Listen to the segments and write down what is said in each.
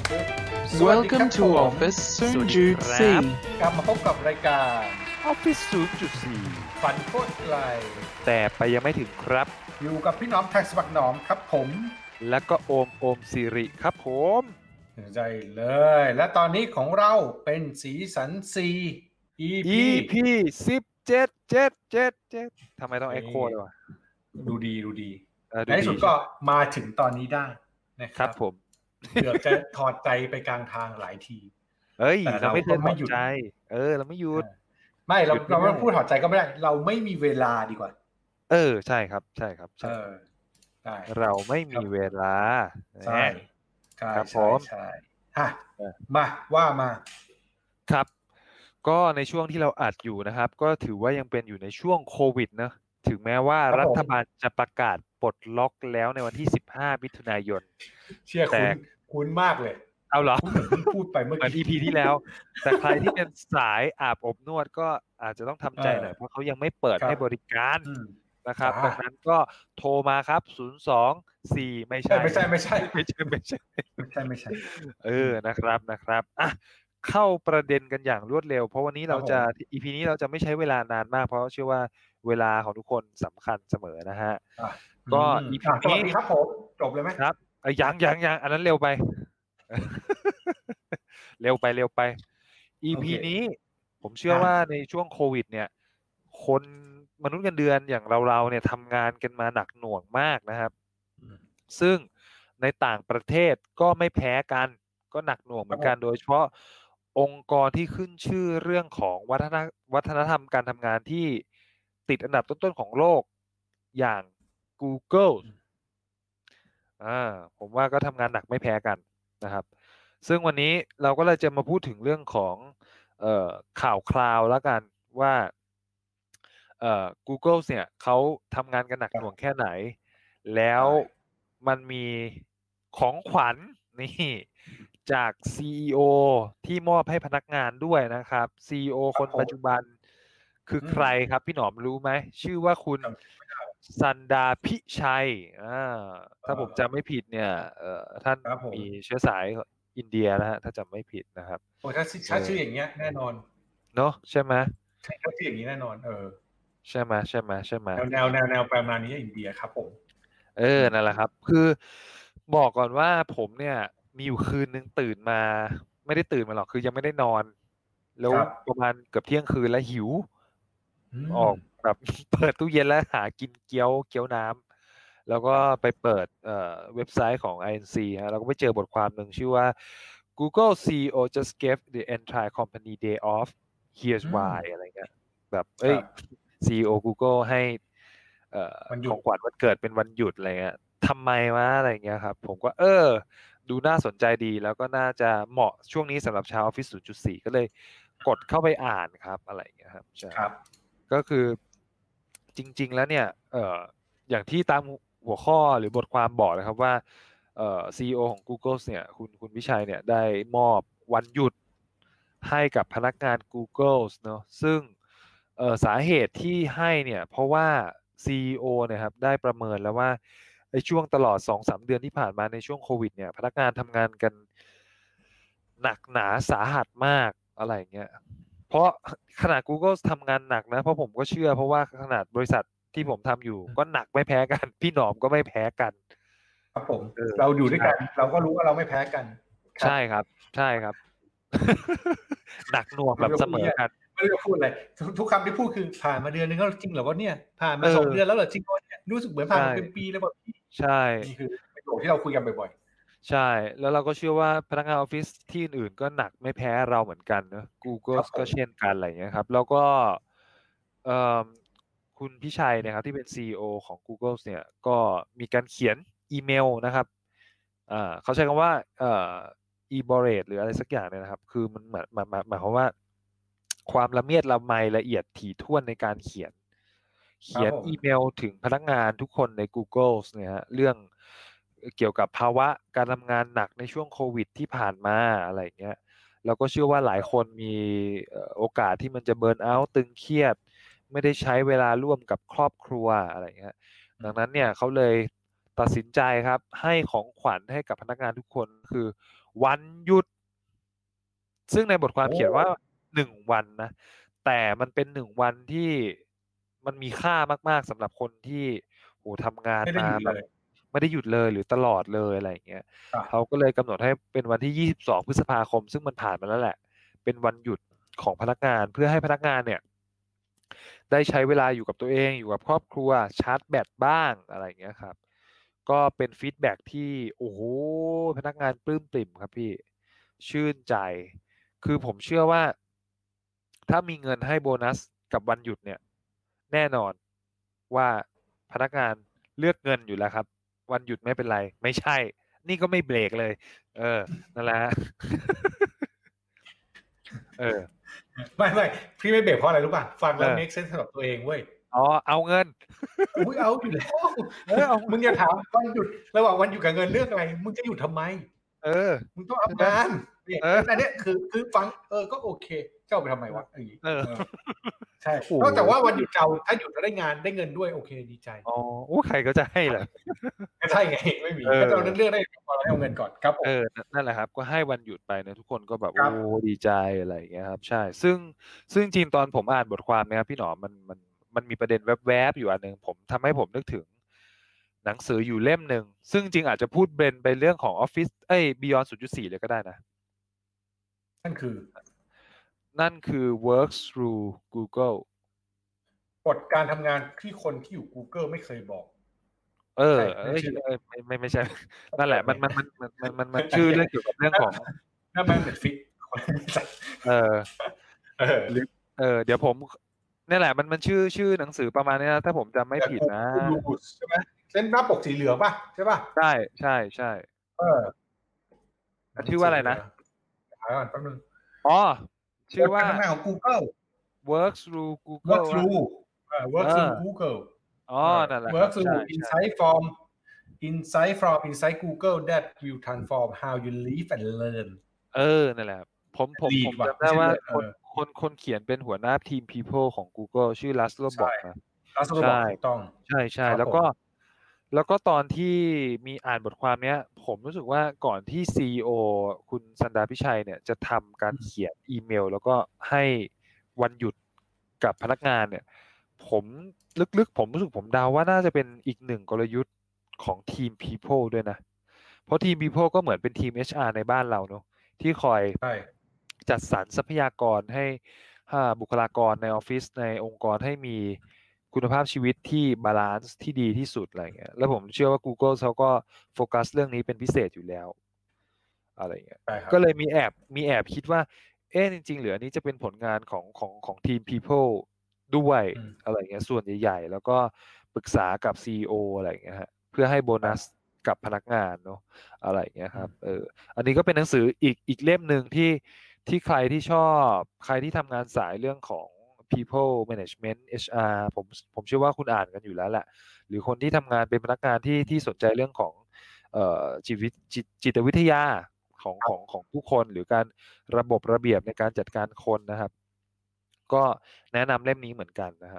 สวัสดีครั Welcome บ to ผม Office สวัสดีครับ 0.4 กลับมาพบกับรายการ Office 0.4 ฝันโคตรไกลแต่ไปยังไม่ถึงครับอยู่กับพี่น้องแท็กสบักหนอมครับผมแล้วก็โอมสิริครับผมใจเลย และตอนนี้ของเราเป็นสีสัน 4 EP 17 ทำไมต้องเอ็กโคด้วยวะดูดีดูในที่สุดดีก็มาถึงตอนนี้ได้นะคครัรับบ ผมเกือบจะถอดใจไปกลางทางหลายทีเอ้ยแต่เราไม่เคยเราก็ถไม่อดหยุดใจเราไม่หยุดไม่เราหยุดไม่ได้ไม่พูดถอดใจก็ไม่ได้ เราไม่มีเวลาดีกว่าใช่ครับใช่ได้เราไม่มีเวลาใช่ครับผมใช่ฮะมาว่ามาครับ ก็ในช่วงที่เราอัดอยู่นะครับ ก็ถือว่ายังเป็นอยู่ในช่วงโควิดนะถึงแม้ว่าครับผมรัฐบาลจะประกาศปลดล็อกแล้วในวันที่15มิถุนายนเชื่อแต่คุ้นมากเลยเอาเหรอเหมือนที่พูดไปเมื่อเหมือนกี้ EP ที่แล้ว แต่ใครที่เป็นสายอาบอบนวดก็อาจจะต้องทำใจหน่อยเพราะเขายังไม่เปิดครับให้บริการอืมนะครับจ้าดังนั้นก็โทรมาครับ024ไม่ใช่ไม่ใช่ไม่ใช่ นะครับอ่ะเข้าประเด็นกันอย่างรวดเร็ว เพราะวันนี้เราจะ EP นี้เราจะไม่ใช้เวลานานมากเพราะเชื่อว่าเวลาของทุกคนสำคัญเสมอนะฮะอ่ะก็ EP EP สวันี้สดีครับผมจบเลยไหมครับยังอันนั้นเร็วไป เร็วไป EP นี้ผมเชื่อว่าในช่วงโควิดเนี่ยคนมนุษย์เงินเดือนอย่างเราเนี่ยทำงานกันมาหนักหน่วงมากนะครับ ซึ่งในต่างประเทศก็ไม่แพ้กันก็หนักหน่วงเหมือนกันโดยเฉพาะองค์กรที่ขึ้นชื่อเรื่องของวัฒนธรรมการทำงานที่ติดอันดับต้นๆของโลกอย่าง Google ผมว่าก็ทำงานหนักไม่แพ้กันนะครับ ซึ่งวันนี้เราก็เลยจะมาพูดถึงเรื่องของข่าวคราวแล้วกันว่าGoogle เนี่ยเขาทำงานกันหนักหน่วงแค่ไหน แล้วมันมีของขวัญนี่จาก CEO ที่มอบให้พนักงานด้วยนะครับ CEO คนปัจจุบันคือใครครับพี่หนอมรู้ไหมชื่อว่าคุณสันดาพิชัยถ้าผมจำไม่ผิดเนี่ยท่านมีเชื้อสายอินเดียนะฮะถ้าจำไม่ผิดนะครับโอ้ถ้าชื่ออย่างเงี้ยแน่นอนเนาะใช่ไหมถ้าชื่ออย่างนี้แน่นอนใช่ไหมแนวประมาณนี้อินเดียครับผมนั่นแหละครับคือบอกก่อนว่าผมเนี่ยมีอยู่คืนนึงตื่นมาไม่ได้ตื่นมาหรอกคือยังไม่ได้นอนแล้วประมาณเกือบเที่ยงคืนแล้วหิวออกแบบ เปิดตู้เย็นแล้วหากินเกี๊ยวน้ำแล้วก็ไปเปิดเว็บไซต์ของ INC ฮะแล้วก็ไปเจอบทความหนึ่งชื่อว่า Google CEO just gave the entire company day off here's why อะไรเงี้ยแบบCEO Google ให้ของขวัญวันเกิดเป็นวันหยุดอะไรเงี้ยทำไมวะอะไรเงี้ยครับผมก็ดูน่าสนใจดีแล้วก็น่าจะเหมาะช่วงนี้สำหรับชาว Office 0.4 ก็เลยกดเข้าไปอ่านครับอะไรเงี้ยครับใช่ครับก็คือจริงๆแล้วเนี่ยอย่างที่ตามหัวข้อหรือบทความบอกนะครับว่าCEO ของ Google เนี่ยคุณวิชัยเนี่ยได้มอบวันหยุดให้กับพนักงาน Google เนาะซึ่งสาเหตุที่ให้เนี่ยเพราะว่า CEO เนี่ยครับได้ประเมินแล้วว่าในช่วงตลอด 2-3 เดือนที่ผ่านมาในช่วงโควิดเนี่ยพนักงานทำงานกันหนักหนาสาหัสมากอะไรเงี้ยเพราะขนาด Google ทำงานหนักนะเพราะผมก็เชื่อเพราะว่าขนาดบริษัทที่ผมทำอยู่ก็หนักไม่แพ้กันพี่หนอมก็ไม่แพ้กันครับผมเราอยู่ด้วยกันเราก็รู้ว่าเราไม่แพ้กันใช่ครับ หนักหน่วงแบบเสมอกันไม่รู้จะพูดอะไรทุกคำที่พูดคือผ่านมาเดือนนึงแล้วจริงเหรอวะเนี่ยผ่านมา2 เดือนแล้วเหรอจริงวะเนี่ยรู้สึกเหมือนผ่านมาเป็นปีแล้วแบบใช่นี่คือประโยคที่เราคุยกันบ่อยๆใช่แล้วเราก็เชื่อว่าพนักงานออฟฟิศที่อื่นก็หนักไม่แพ้เราเหมือนกันนะ Google ก็เช่นกันอะไรอย่างเงี้ยครับแล้วก็คุณพิชัยนะครับที่เป็น CEO ของ Google เนี่ยก็มีการเขียนอีเมลนะครับเขาใช้คำว่าe-borate หรืออะไรสักอย่างเนี่ยนะครับคือมันหมายความว่าความละเมียดละไมละเอียดถี่ถ้วนในการเขียนอีเมลถึงพนักงานทุกคนใน Google เนี่ยฮะเรื่องเกี่ยวกับภาวะการทำงานหนักในช่วงโควิดที่ผ่านมาอะไรเงี้ยแล้วก็เชื่อว่าหลายคนมีโอกาสที่มันจะเบิร์นเอาท์ตึงเครียดไม่ได้ใช้เวลาร่วมกับครอบครัวอะไรเงี้ยดังนั้นเนี่ยเขาเลยตัดสินใจครับให้ของขวัญให้กับพนักงานทุกคนคือวันหยุดซึ่งในบทความเขียนว่า1 วันนะแต่มันเป็น1 วันที่มันมีค่ามากๆสำหรับคนที่โอ้ทำงานไม่ได้มาแบบหยุดเลยไม่ได้หยุดเลยหรือตลอดเลยอะไรอย่างเงี้ยเขาครับก็เลยกำหนดให้เป็นวันที่22พฤษภาคมซึ่งมันผ่านมาแล้วแหละเป็นวันหยุดของพนักงานเพื่อให้พนักงานเนี่ยได้ใช้เวลาอยู่กับตัวเองอยู่กับครอบครัวชาร์จแบตบ้างอะไรอย่างเงี้ยครับก็เป็นฟีดแบ็กที่โอ้โหพนักงานปลื้มปริ่มครับพี่ชื่นใจคือผมเชื่อว่าถ้ามีเงินให้โบนัสกับวันหยุดเนี่ยแน่นอนว่าพนักงานเลือกเงินอยู่แล้วครับวันหยุดไม่เป็นไรไม่ใช่นี่ก็ไม่เบรกเลยเออนั่นแหละ เออไม่พี่ไม่เบรกเพราะอะไรรู้ป่ะฟังแล้วเออ make sense สำหรับตัวเองเว้ยอ๋อเอาเงินอุ้ยเอาอยู่แล้วเอามึงอย่าถามวันหยุดระหว่างวันหยุดกับเงินเลือกอะไรมึงจะหยุดทำไมเออมึงต้องใช่ไหมทำงานเนี่ยเอออันเนี้ยคือฟังก็โอเคเจ้าไปทำไมวะอย่างงี้เออใช่โอ้นอกจากว่าวันหยุดเราถ้าหยุดแล้วได้งานได้เงินด้วยโอเคดีใจอ๋อโอ้ใครก็จะให้ล่ะใช่ไงไม่มีเอก็ตอนนั้นอเลือกได้พอเราเอาเงินก่อนครับผมนั่นแหละครับก็ให้วันหยุดไปนะทุกคนก็แบบโอ้ครับดีใจอะไรอย่างเงี้ยครับใช่ซึ่งจริงตอนผมอ่านบทความเนี่ยครับพี่หนอมมันมีประเด็นแวบๆอยู่อันหนึ่งผมทำให้ผมนึกถึงหนังสืออยู่เล่มหนึ่งซึ่งจริงอาจจะพูดเบนไปเรื่องของ Office Beyond 0.4เลยก็ได้นะนั่นคือนั่นคือ Works through Google กฎการทำงานที่คนที่อยู่ Google ไม่เคยบอกเออใช่เอ้นั่นชื่อไม่ใช่นั่นแหละมันชื่อเรื่องเกี่ยวกับเรื่องของนั่นมันเน็ตฟิกเออเออหรือเดี๋ยวผมนี่แหละมันชื่อหนังสือประมาณนี้นะถ้าผมจำไม่ผิดนะกูรูใช่ไหมเส้นหน้าปกสีเหลืองป่ะใช่ป่ะใช่ใช่ใช่เออมันชื่อว่าอะไรนะหาก่อนแป๊บนึงอ๋อชื่อว่าการทำงานของ Google Works through work Google ว่า through เอ work through อ Google อ๋อนั่นแหละครั work บใช่ through ใช่ insight from inside Google that will transform how you live and learn นั่นแหละครับผม lead ว่ะจำได้ว่าไม่ใช่คนเขียนเป็นหัวหน้าทีม People ของ Google ชื่อลัสโลบ็ใช่อกนะลัสโซบอกใช่ถูกต้องใช่ครับผมแล้วก็ตอนที่มีอ่านบทความเนี้ยผมรู้สึกว่าก่อนที่ CEO คุณสันดาพิชัยเนี่ยจะทำการเขียนอีเมลแล้วก็ให้วันหยุดกับพนักงานเนี่ยผมลึกๆผมรู้สึกผมเดาว่าน่าจะเป็นอีกหนึ่งกลยุทธ์ของทีม People ด้วยนะเพราะทีม People ก็เหมือนเป็นทีม HR ในบ้านเราเนอะที่คอยใช่จัดสรรทรัพยากรให้บุคลากรในออฟฟิศในองค์กรให้มีคุณภาพชีวิตที่บาลานซ์ที่ดีที่สุดอะไรเงี้ยแล้วผมเชื่อว่า Google เขาก็โฟกัสเรื่องนี้เป็นพิเศษอยู่แล้วอะไรเงี้ยใช่ครับก็เลยมีแอบคิดว่าจริงๆเหลือนี้จะเป็นผลงานของทีม People ด้วยอะไรเงี้ยส่วนใหญ่ๆแล้วก็ปรึกษากับ CEO อะไรเงี้ยฮะเพื่อให้โบนัสกับพนักงานเนาะอะไรเงี้ยครับอันนี้ก็เป็นหนังสืออีกเล่มหนึ่งที่ใครที่ชอบใครที่ทำงานสายเรื่องของ people management HR ผมเชื่อว่าคุณอ่านกันอยู่แล้วแหละหรือคนที่ทำงานเป็นพนักงานที่สนใจเรื่องของจิตวิทยาของผู้คนหรือการระบบระเบียบในการจัดการคนนะครับก็แนะนำเล่มนี้เหมือนกันนะครับ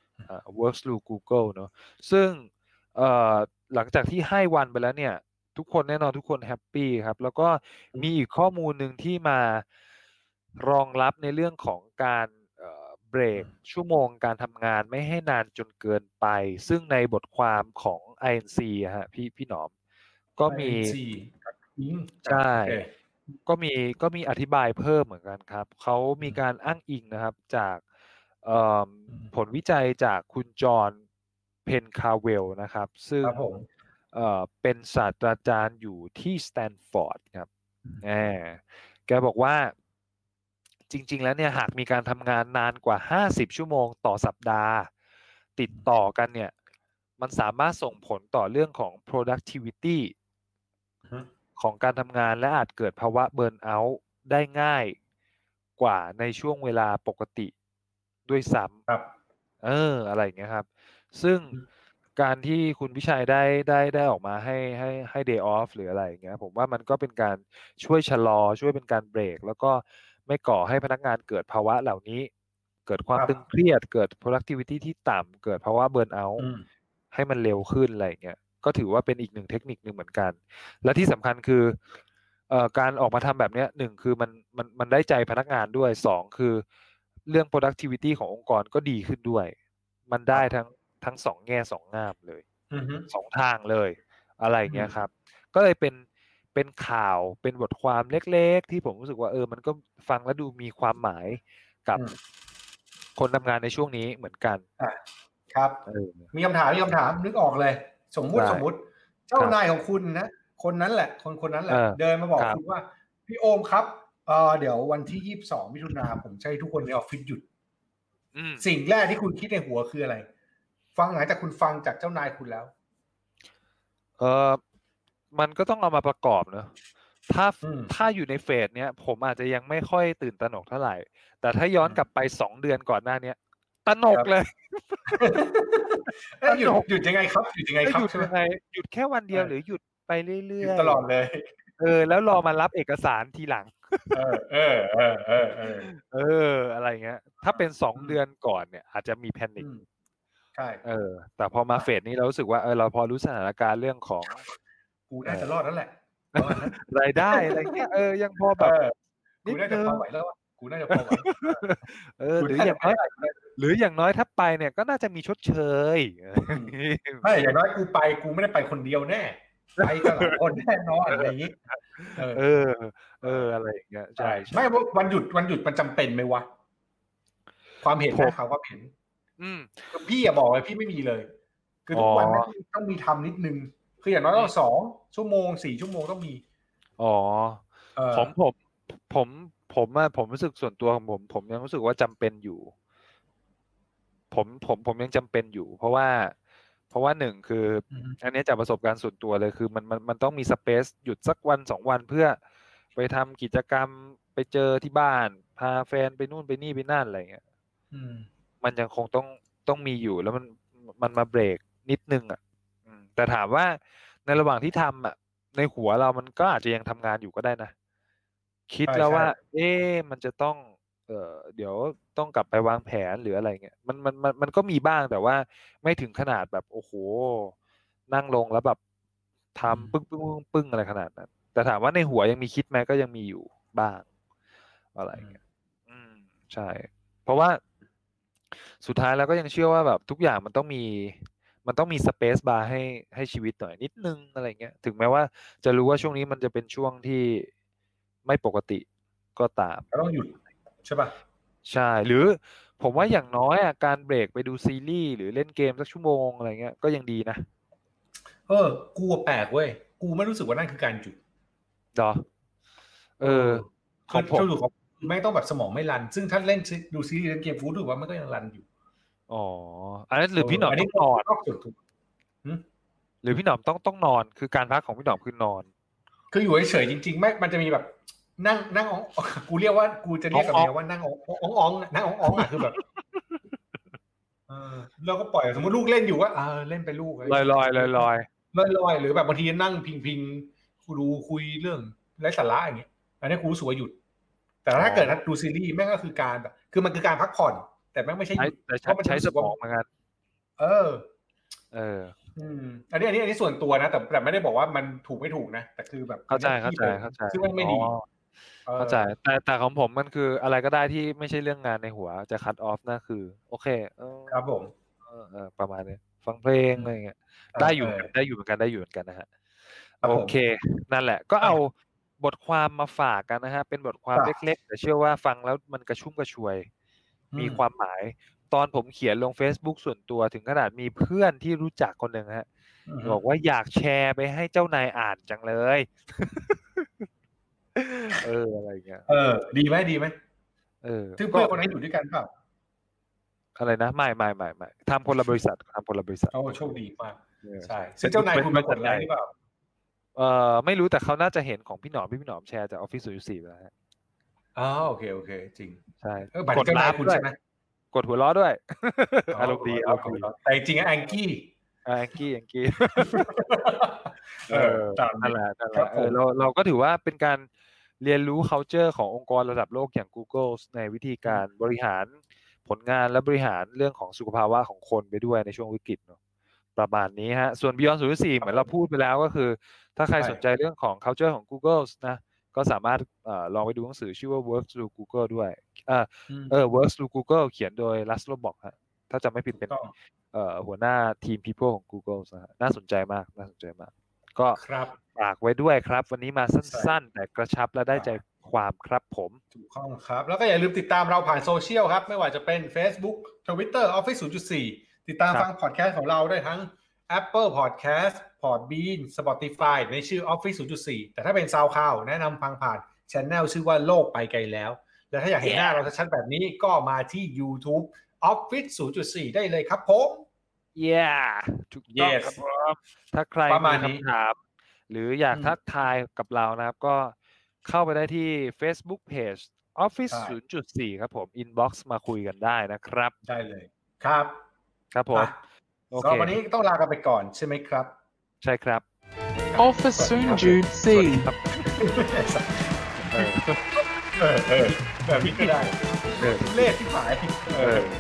Works through Google เนอะซึ่งหลังจากที่ให้วันไปแล้วเนี่ยทุกคนแน่นอนทุกคนแฮปปี้ครับแล้วก็มีอีกข้อมูลหนึ่งที่มารองรับในเรื่องของการเบรกชั่วโมงการทำงานไม่ให้นานจนเกินไปซึ่งในบทความของ INC ฮะพี่หนอมก็มี INC ใช่ก็มีอธิบายเพิ่มเหมือนกันครับเขามีการอ้างอิงนะครับจากผลวิจัยจากคุณจอห์นเพนคาเวลนะครับซึ่งครับผมเป็นศาสตราจารย์อยู่ที่สแตนฟอร์ดครับแกบอกว่าจริงๆแล้วเนี่ยหากมีการทำงานนานกว่า50ชั่วโมงต่อสัปดาห์ติดต่อกันเนี่ยมันสามารถส่งผลต่อเรื่องของ productivity ของการทำงานและอาจเกิดภาวะเบิร์นเอาท์ได้ง่ายกว่าในช่วงเวลาปกติด้วยซ้ำครับอะไรอย่างเงี้ยครับซึ่งการที่คุณพิชัยได้ออกมาให้ day off หรืออะไรอย่างเงี้ยผมว่ามันก็เป็นการช่วยชะลอช่วยเป็นการเบรกแล้วก็ไม่ก่อให้พนักงานเกิดภาวะเหล่านี้เกิดความตึงเครียดเกิด productivity ที่ต่ำเกิดภาวะเบิร์นเอาท์ให้มันเร็วขึ้นอะไรอย่างเงี้ยก็ถือว่าเป็นอีกหนึ่งเทคนิคหนึ่งเหมือนกันและที่สำคัญคือการออกมาทำแบบเนี้ยหนึ่งคือมันได้ใจพนักงานด้วยสองคือเรื่อง productivity ขององค์กรก็ดีขึ้นด้วยมันได้ทั้งสองแง่สองงามเลยสองทางเลยอะไรอย่างเงี้ยครับก็เลยเป็นข่าวเป็นบทความเล็กๆที่ผมรู้สึกว่ามันก็ฟังแล้วดูมีความหมายกับคนทำงานในช่วงนี้เหมือนกันครับมีคำถามนึกออกเลยสมมุติเจ้านายของคุณนะคนนั้นแหละคนนั้นแหละเดินมาบอกคุณว่าพี่โอมครับเดี๋ยววันที่22มิถุนายนผมใช้ทุกคนในออฟฟิศหยุดสิ่งแรกที่คุณคิดในหัวคืออะไรฟังหลังจากคุณฟังจากเจ้านายคุณแล้วมันก็ต้องเอามาประกอบเนอะถ้าอยู่ในเฟสเนี้ยผมอาจจะยังไม่ค่อยตื่นตระหนกเท่าไหร่แต่ถ้าย้อนกลับไป2 เดือนก่อนหน้านี้ตระหนกเลยหยุดยังไงครับหยุดยังไงครับหยุดแค่วันเดียวหรือหยุดไปเรื่อยๆหยุดตลอดเลยแล้วรอมารับเอกสารทีหลังอะไรเงี้ยถ้าเป็น2 เดือนก่อนเนี่ยอาจจะมีแพนิคใช่แต่พอมาเฟสนี้เรารู้สึกว่าเราพอรู้สถานการณ์เรื่องของกูน่าจะรอดแล้วแหละรายได้อะไรเงี้ยยังพอแบบกูน่าจะพอไหวแล้วกูน่าจะพอไหวหรืออย่างน้อยถ้าไปเนี่ยก็น่าจะมีชดเชยไม่อย่างน้อยกูไม่ได้ไปคนเดียวแน่ไปกันหลายคนแน่นอนอะไรอย่างนี้อะไรอย่างเงี้ยใช่ไม่วันหยุดมันจำเป็นไหมวะความเห็นนะความเห็นพี่อย่าบอกเลยพี่ไม่มีเลยคือทุกวันต้องมีทำนิดนึงคืออย่างน้อยต้อง2 ชั่วโมง 4 ชั่วโมงต้องมีผมรู้สึกส่วนตัวของผมยังรู้สึกว่าจำเป็นอยู่ผมยังจำเป็นอยู่เพราะว่าหนึ่งคืออันนี้จากประสบการณ์ส่วนตัวเลยคือมันต้องมีสเปซหยุดสักวัน2 วันเพื่อไปทำกิจกรรมไปเจอที่บ้านพาแฟนไปนู่นไปนี่ไปนั่นอะไรเงี้ยมันยังคงต้องมีอยู่แล้วมันมาเบรกนิดนึงแต่ถามว่าในระหว่างที่ทำในหัวเรามันก็อาจจะยังทำงานอยู่ก็ได้นะคิดแล้วว่ามันจะต้องเดี๋ยวต้องกลับไปวางแผนหรืออะไรเงี้ยมันก็มีบ้างแต่ว่าไม่ถึงขนาดแบบโอ้โหนั่งลงแล้วแบบทำปึ้งอะไรขนาดนั้นแต่ถามว่าในหัวยังมีคิดไหมก็ยังมีอยู่บ้างอะไรเงี้ยใช่เพราะว่าสุดท้ายแล้วก็ยังเชื่อว่าแบบทุกอย่างมันต้องมีสเปซบาร์ให้ชีวิตหน่อยนิดนึงอะไรเงี้ยถึงแม้ว่าจะรู้ว่าช่วงนี้มันจะเป็นช่วงที่ไม่ปกติก็ตามต้องหยุดใช่ป่ะใช่หรือผมว่าอย่างน้อยการเบรกไปดูซีรีส์หรือเล่นเกมสักชั่วโมงอะไรเงี้ยก็ยังดีนะกูแปลกเว้ยกูไม่รู้สึกว่านั่นคือการหยุดหรอของผมไม่ต้องแบบสมองไม่รันซึ่งถ้าเล่นดูซีรีส์เล่นเกมฟู้ดถือว่ามันก็ยังรันอยู่อันนั้นหรือพี่หนอมต้องนอนหรือพี่หนอมต้องนอนคือการพักของพี่หนอมคือนอนคืออยู่เฉยๆจริงๆไม่มันจะมีแบบนั่งกูเรียกว่ากูจะเรียกกับเมียว่านั่งอ่องนั่งอ่องคือแบบเราก็ปล่อยสมมติลูกเล่นอยู่ว่าเล่นไปลูกลอยหรือแบบบางทีนั่งพิงกูดูคุยเรื่องไร้สาระอย่างเงี้ยอันนี้กูรู้สึกว่าหยุดแต่ถ้าเกิดดูซีรีส์แม่งก็คือการแบบคือมันคือการพักผ่อนแต่แม่งไม่ใช่หยุดเพราะมันใช้สมองเหมือนกันอันนี้ส่วนตัวนะแต่ไม่ได้บอกว่ามันถูกไม่ถูกนะแต่คือแบบเข้าใจซึ่งมันไม่ดีเข้าใจแต่ของผมมันคืออะไรก็ได้ที่ไม่ใช่เรื่องงานในหัวจะคัตออฟนะคือโอเคครับผมประมาณนี้ฟังเพลงอะไรเงี้ยได้อยู่เหมือนกันนะฮะโอเคนั่นแหละก็เอาบทความมาฝากกันนะฮะเป็นบทความเล็กๆแต่เชื่อว่าฟังแล้วมันกระชุ่มกระชวยมีความหมายตอนผมเขียนลง Facebook ส่วนตัวถึงขนาดมีเพื่อนที่รู้จักคนหนึ่งฮะบอกว่าอยากแชร์ไปให้เจ้านายอ่านจังเลยอะไรเงี้ยดีไหมซึ่งเพื่อนคนนั้นอยู่ด้วยกันเปล่าอะไรนะไม่ทำคนละบริษัทโอ้โชคดีมากใช่ซึ่งเจ้านายคุณเป็นคนไลน์หรือเปล่าไม่รู้แต่เขาน่าจะเห็นของพี่หนอมแชร์จากออฟฟิศ0.4แล้วฮะโอเคจริงใช่กดเจ้านายคุณใช่ไหมกดหัวล้อด้วยอารมณ์ดีแต่จริงๆแองกี้นั่นแหละเราก็ถือว่าเป็นการเรียนรู้ culture ขององค์กรระดับโลกอย่าง Google ในวิธีการบริหารผลงานและบริหารเรื่องของสุขภาวะของคนไปด้วยในช่วงวิกฤตเนาะประมาณนี้ฮะส่วน Beyond 0.4เหมือนเราพูดไปแล้วก็คือถ้าใครสนใจเรื่องของ culture ของ Google นะก็สามารถลองไปดูหนังสือชื่อว่า Works through Google ด้วยWorks through Google เขียนโดย Laszlo Bock ฮะถ้าจำไม่ผิดเป็นหัวหน้าทีม People ของ Google นะฮะน่าสนใจมากก็ฝากไว้ด้วยครับวันนี้มาสั้นๆแต่กระชับและได้ใจความครับผมถูกต้องครับแล้วก็อย่าลืมติดตามเราผ่านโซเชียลครับไม่ว่าจะเป็น Facebook Twitter Office 0.4 ติดตามฟังพอดแคสต์ของเราได้ทั้ง Apple Podcast Podbean Spotify ในชื่อ Office 0.4 แต่ถ้าเป็น SoundCloud แนะนำฟังผ่าน Channel ชื่อว่าโลกไปไกลแล้วและถ้าอยากเห็นหน้าเราชัดๆแบบนี้ก็มาที่ YouTube Office 0.4 ได้เลยครับผมถูกต้องครับผมถ้าใครมีคำถามหรืออยากทักทายกับเรานะครับก็เข้าไปได้ที่ Facebook Page Office 0.4 ครับผม Inbox มาคุยกันได้นะครับได้เลยครับผมโอเควันนี้ต้องลากันไปก่อนใช่ไหมครับใช่ครับ Office 0.4 แบบนี้ก็ได้เลขที่หมาย